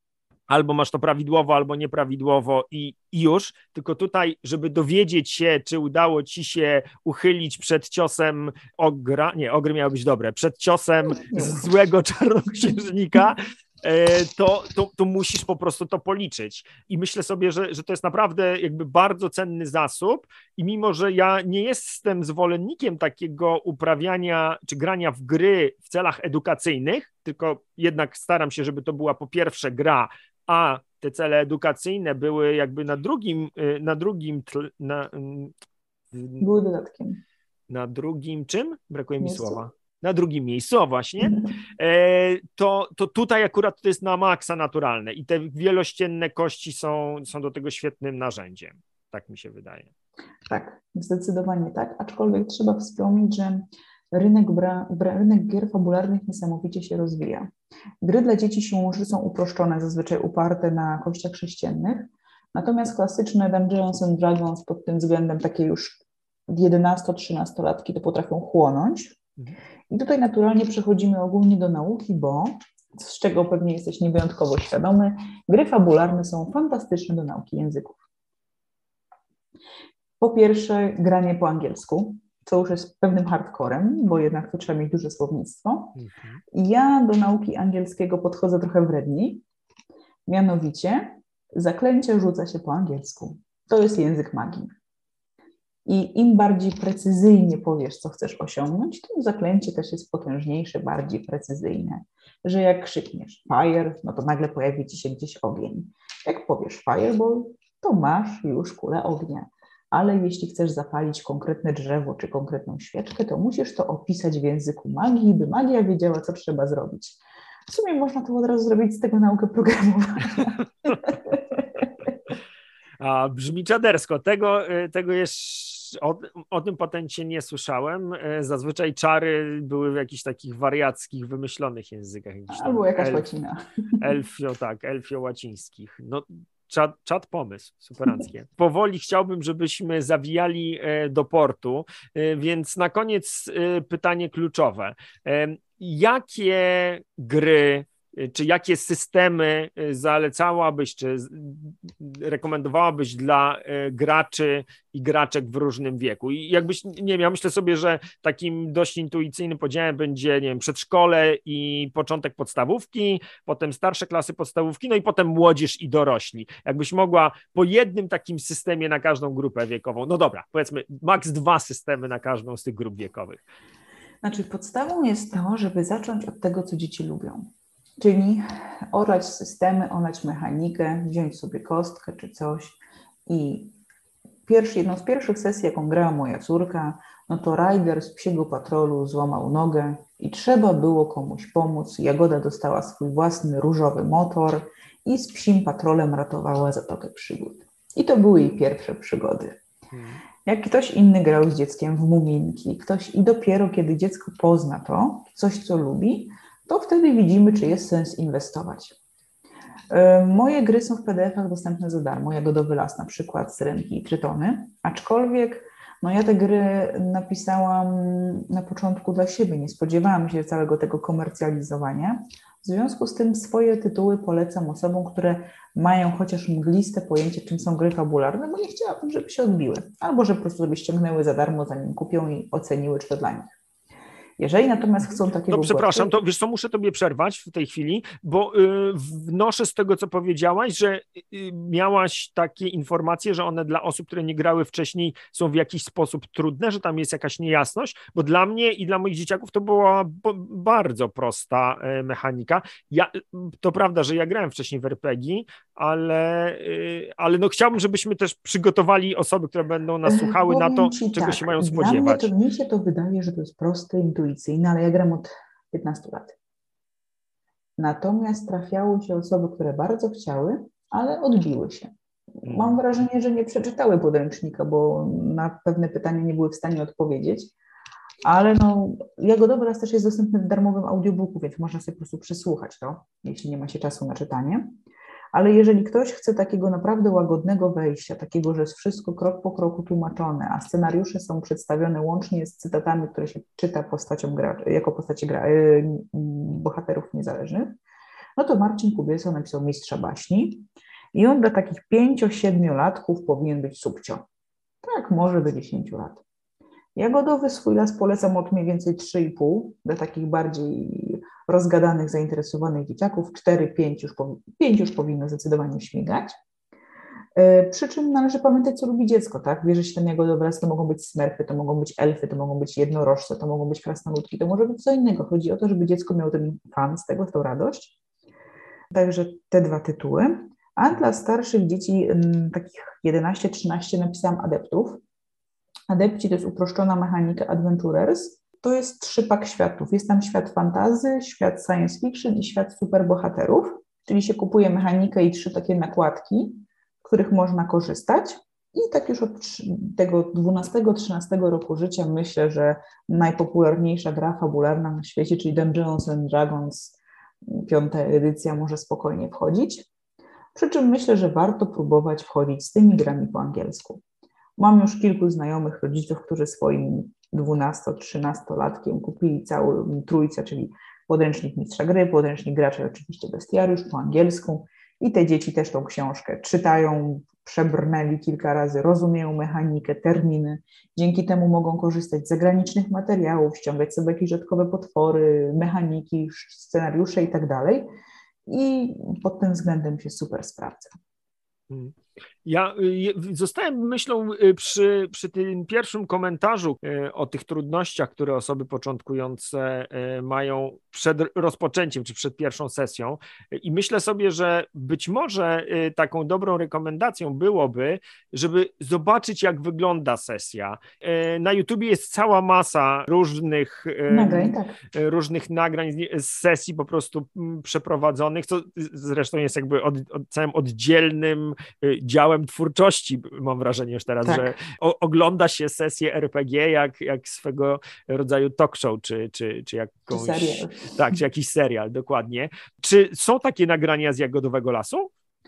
Speaker 1: albo masz to prawidłowo, albo nieprawidłowo i, i już, tylko tutaj, żeby dowiedzieć się, czy udało ci się uchylić przed ciosem ogra, nie, ogry miało być dobre, przed ciosem złego czarnoksiężnika, To, to, to musisz po prostu to policzyć. I myślę sobie, że, że to jest naprawdę jakby bardzo cenny zasób i mimo, że ja nie jestem zwolennikiem takiego uprawiania czy grania w gry w celach edukacyjnych, tylko jednak staram się, żeby to była po pierwsze gra, a te cele edukacyjne były jakby na drugim, na drugim tle, na,
Speaker 2: były dodatkiem.
Speaker 1: Na drugim czym? Brakuje mi
Speaker 2: Miejscu.
Speaker 1: słowa. Na drugim miejscu, o właśnie, e, to, to tutaj akurat to jest na maksa naturalne i te wielościenne kości są, są do tego świetnym narzędziem. Tak mi się wydaje.
Speaker 2: Tak, zdecydowanie tak, aczkolwiek trzeba wspomnieć, że rynek, bra, bra, rynek gier fabularnych niesamowicie się rozwija. Gry dla dzieci siłą rzeczy są uproszczone, zazwyczaj uparte na kościach sześciennych, natomiast klasyczne Dungeons and Dragons pod tym względem takie już jedenasto-trzynastolatki to potrafią chłonąć. I tutaj naturalnie przechodzimy ogólnie do nauki, bo, z czego pewnie jesteś niewyjątkowo świadomy, gry fabularne są fantastyczne do nauki języków. Po pierwsze, granie po angielsku, co już jest pewnym hardcorem, bo jednak to trzeba mieć duże słownictwo. I ja do nauki angielskiego podchodzę trochę wredniej, mianowicie zaklęcia rzuca się po angielsku. To jest język magii. I im bardziej precyzyjnie powiesz, co chcesz osiągnąć, tym zaklęcie też jest potężniejsze, bardziej precyzyjne. Że jak krzykniesz fire, no to nagle pojawi ci się gdzieś ogień. Jak powiesz fireball, to masz już kulę ognia. Ale jeśli chcesz zapalić konkretne drzewo czy konkretną świeczkę, to musisz to opisać w języku magii, by magia wiedziała, co trzeba zrobić. W sumie można to od razu zrobić z tego naukę programowania.
Speaker 1: A brzmi czadersko. Tego, tego jeszcze o, o tym patencie nie słyszałem. Zazwyczaj czary były w jakichś takich wariackich, wymyślonych językach.
Speaker 2: Albo jakaś elf, łacina.
Speaker 1: Elfio, tak, elfio-łacińskich. No, czad, czad pomysł, superanckie. Powoli chciałbym, żebyśmy zawijali do portu, więc na koniec pytanie kluczowe. Jakie gry czy jakie systemy zalecałabyś, czy rekomendowałabyś dla graczy i graczek w różnym wieku? I jakbyś, nie wiem, ja myślę sobie, że takim dość intuicyjnym podziałem będzie, nie wiem, przedszkole i początek podstawówki, potem starsze klasy podstawówki, no i potem młodzież i dorośli. Jakbyś mogła po jednym takim systemie na każdą grupę wiekową, no dobra, powiedzmy maks dwa systemy na każdą z tych grup wiekowych.
Speaker 2: Znaczy podstawą jest to, żeby zacząć od tego, co dzieci lubią. Czyli orać systemy, olać mechanikę, wziąć sobie kostkę czy coś i pierwszy, jedną z pierwszych sesji, jaką grała moja córka, no to Ryder z Psiego Patrolu złamał nogę i trzeba było komuś pomóc. Jagoda dostała swój własny różowy motor i z Psim Patrolem ratowała Zatokę Przygód. I to były jej pierwsze przygody. Hmm. Jak ktoś inny grał z dzieckiem w Muminki, ktoś i dopiero kiedy dziecko pozna to, coś co lubi, to wtedy widzimy, czy jest sens inwestować. Moje gry są w P D F-ach dostępne za darmo, Jagodowy Las na przykład, Syrenki i Trytony, aczkolwiek no ja te gry napisałam na początku dla siebie, nie spodziewałam się całego tego komercjalizowania. W związku z tym swoje tytuły polecam osobom, które mają chociaż mgliste pojęcie, czym są gry fabularne, bo nie chciałabym, żeby się odbiły, albo że po prostu sobie ściągnęły za darmo, zanim kupią i oceniły, czy to dla nich. Jeżeli natomiast chcą takiego...
Speaker 1: To przepraszam, to wiesz co, muszę tobie przerwać w tej chwili, bo y, wnoszę z tego, co powiedziałaś, że y, miałaś takie informacje, że one dla osób, które nie grały wcześniej, są w jakiś sposób trudne, że tam jest jakaś niejasność, bo dla mnie i dla moich dzieciaków to była bo, bardzo prosta y, mechanika. Ja, to prawda, że ja grałem wcześniej w er pe gie, ale, y, ale no chciałbym, żebyśmy też przygotowali osoby, które będą nas słuchały
Speaker 2: Powiem
Speaker 1: na to,
Speaker 2: ci
Speaker 1: czego
Speaker 2: tak,
Speaker 1: się mają
Speaker 2: dla
Speaker 1: spodziewać.
Speaker 2: Mnie, to, mnie się to wydaje, że to jest proste, intuicyjne, ale ja gram od piętnastu lat. Natomiast trafiały się osoby, które bardzo chciały, ale odbiły się. Mam wrażenie, że nie przeczytały podręcznika, bo na pewne pytania nie były w stanie odpowiedzieć, ale no, Jagodowy Las też jest dostępny w darmowym audiobooku, więc można sobie po prostu przysłuchać to, jeśli nie ma się czasu na czytanie. Ale jeżeli ktoś chce takiego naprawdę łagodnego wejścia, takiego, że jest wszystko krok po kroku tłumaczone, a scenariusze są przedstawione łącznie z cytatami, które się czyta postacią gra, jako postaci gra, yy, bohaterów niezależnych, no to Marcin Kubiesa napisał Mistrza Baśni i on dla takich pięcio-siedmiolatków powinien być subcio. Tak, może do dziesięciu lat. Jagodowy swój las polecam od mniej więcej trzy i pół, dla takich bardziej rozgadanych, zainteresowanych dzieciaków. cztery pięć już, pięć już powinno zdecydowanie śmigać. Przy czym należy pamiętać, co lubi dziecko, tak? Bierze się ten jagodowy las, to mogą być smerfy, to mogą być elfy, to mogą być jednorożce, to mogą być krasnoludki, to może być co innego. Chodzi o to, żeby dziecko miało ten fan z tego, tą radość. Także te dwa tytuły. A dla starszych dzieci, takich jedenaście trzynaście, napisałam Adeptów. Adepci to jest uproszczona mechanika Adventurers. To jest trzypak światów. Jest tam świat fantasy, świat science fiction i świat superbohaterów. Czyli się kupuje mechanikę i trzy takie nakładki, z których można korzystać. I tak już od tego dwunastego trzynastego roku życia myślę, że najpopularniejsza gra fabularna na świecie, czyli Dungeons and Dragons, piąta edycja, może spokojnie wchodzić. Przy czym myślę, że warto próbować wchodzić z tymi grami po angielsku. Mam już kilku znajomych rodziców, którzy swoim dwunasto-trzynastolatkiem kupili całą trójcę, czyli podręcznik Mistrza Gry, podręcznik Gracza i oczywiście Bestiariusz po angielsku i te dzieci też tą książkę czytają, przebrnęli kilka razy, rozumieją mechanikę, terminy. Dzięki temu mogą korzystać z zagranicznych materiałów, ściągać sobie jakieś dodatkowe potwory, mechaniki, scenariusze i tak dalej. I pod tym względem się super sprawdza.
Speaker 1: Ja zostałem myślą przy, przy tym pierwszym komentarzu o tych trudnościach, które osoby początkujące mają przed rozpoczęciem czy przed pierwszą sesją i myślę sobie, że być może taką dobrą rekomendacją byłoby, żeby zobaczyć, jak wygląda sesja. Na YouTubie jest cała masa różnych
Speaker 2: nagrań, tak.
Speaker 1: różnych nagrań z sesji po prostu przeprowadzonych, co zresztą jest jakby od, od całym oddzielnym działem twórczości, mam wrażenie już teraz, tak. że o, ogląda się sesję er pe gie jak, jak swego rodzaju talk show, czy, czy, czy jakąś...
Speaker 2: Czy serial.
Speaker 1: Tak, czy jakiś serial, dokładnie. Czy są takie nagrania z Jagodowego Lasu?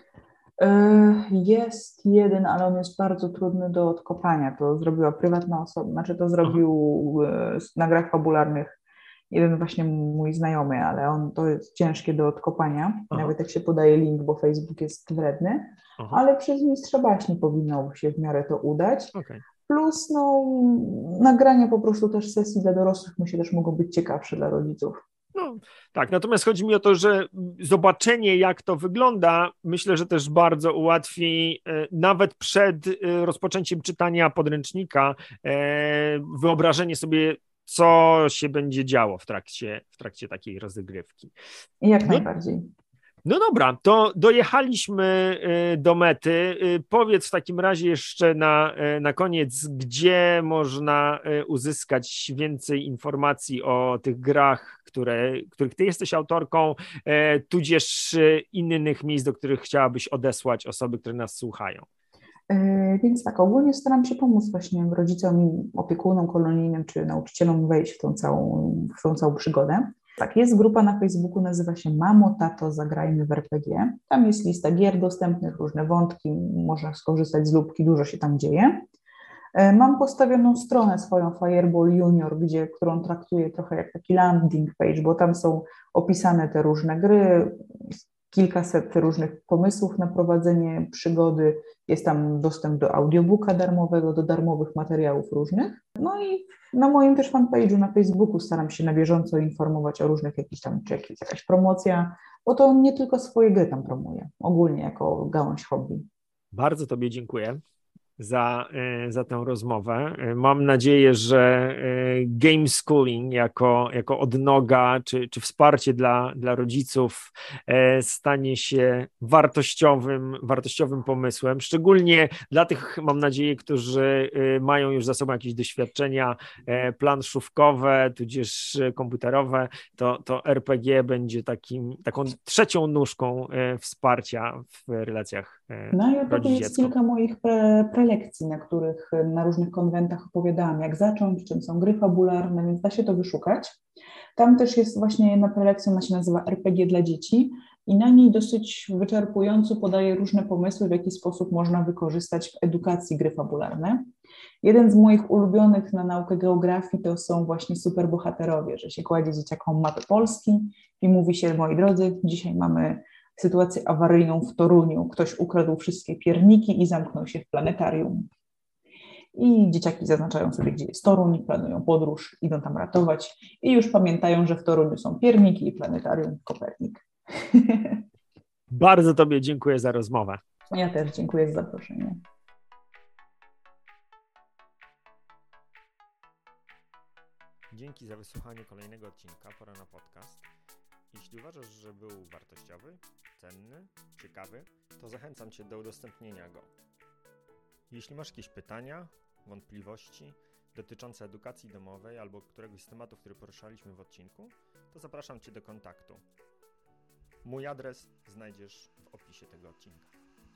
Speaker 2: Jest jeden, ale on jest bardzo trudny do odkopania. To zrobiła prywatna osoba, znaczy to zrobił Aha. na grach fabularnych jeden właśnie mój znajomy, ale on to jest ciężkie do odkopania, Aha. nawet jak się podaje link, bo Facebook jest wredny, Aha. ale przez Mistrza Baśni powinno się w miarę to udać. Okay. Plus no, nagrania po prostu też sesji dla dorosłych myślę też mogą być ciekawsze dla rodziców.
Speaker 1: No, tak, natomiast chodzi mi o to, że zobaczenie, jak to wygląda, myślę, że też bardzo ułatwi nawet przed rozpoczęciem czytania podręcznika wyobrażenie sobie, co się będzie działo w trakcie, w trakcie takiej rozgrywki.
Speaker 2: Jak
Speaker 1: no,
Speaker 2: najbardziej.
Speaker 1: No dobra, to dojechaliśmy do mety. Powiedz w takim razie jeszcze na, na koniec, gdzie można uzyskać więcej informacji o tych grach, które, których ty jesteś autorką, tudzież innych miejsc, do których chciałabyś odesłać osoby, które nas słuchają.
Speaker 2: Więc tak, ogólnie staram się pomóc właśnie rodzicom, opiekunom kolonijnym czy nauczycielom wejść w tą całą, w tą całą przygodę. Tak, jest grupa na Facebooku, nazywa się Mamo, Tato, Zagrajmy w er pe gie. Tam jest lista gier dostępnych, różne wątki, można skorzystać z lubki, dużo się tam dzieje. Mam postawioną stronę swoją Fireball Junior, gdzie, którą traktuję trochę jak taki landing page, bo tam są opisane te różne gry, kilkaset różnych pomysłów na prowadzenie przygody. Jest tam dostęp do audiobooka darmowego, do darmowych materiałów różnych. No i na moim też fanpage'u na Facebooku staram się na bieżąco informować o różnych jakichś tam, czy jakaś, jakaś promocja, bo to nie tylko swoje gry tam promuję, ogólnie jako gałąź hobby.
Speaker 1: Bardzo Tobie dziękuję za, za tę rozmowę. Mam nadzieję, że game schooling jako, jako odnoga czy, czy wsparcie dla, dla rodziców stanie się wartościowym, wartościowym pomysłem, szczególnie dla tych, mam nadzieję, którzy mają już za sobą jakieś doświadczenia planszówkowe, tudzież komputerowe, to, to er pe gie będzie takim, taką trzecią nóżką wsparcia w relacjach
Speaker 2: no i to jest
Speaker 1: dziecko.
Speaker 2: kilka moich pre, prelekcji, na których na różnych konwentach opowiadałam, jak zacząć, czym są gry fabularne, więc da się to wyszukać. Tam też jest właśnie jedna prelekcja, ona się nazywa er pe gie dla dzieci i na niej dosyć wyczerpująco podaje różne pomysły, w jaki sposób można wykorzystać w edukacji gry fabularne. Jeden z moich ulubionych na naukę geografii to są właśnie superbohaterowie, że się kładzie dzieciakom mapę Polski i mówi się, moi drodzy, dzisiaj mamy sytuację awaryjną w Toruniu. Ktoś ukradł wszystkie pierniki i zamknął się w planetarium. I dzieciaki zaznaczają sobie, gdzie jest Toruń, planują podróż, idą tam ratować i już pamiętają, że w Toruniu są pierniki i planetarium Kopernik.
Speaker 1: Bardzo Tobie dziękuję za rozmowę.
Speaker 2: Ja też dziękuję za zaproszenie.
Speaker 1: Dzięki za wysłuchanie kolejnego odcinka Pora na podcast. Jeśli uważasz, że był wartościowy, cenny, ciekawy, to zachęcam Cię do udostępnienia go. Jeśli masz jakieś pytania, wątpliwości dotyczące edukacji domowej albo któregoś z tematów, który poruszaliśmy w odcinku, to zapraszam Cię do kontaktu. Mój adres znajdziesz w opisie tego odcinka.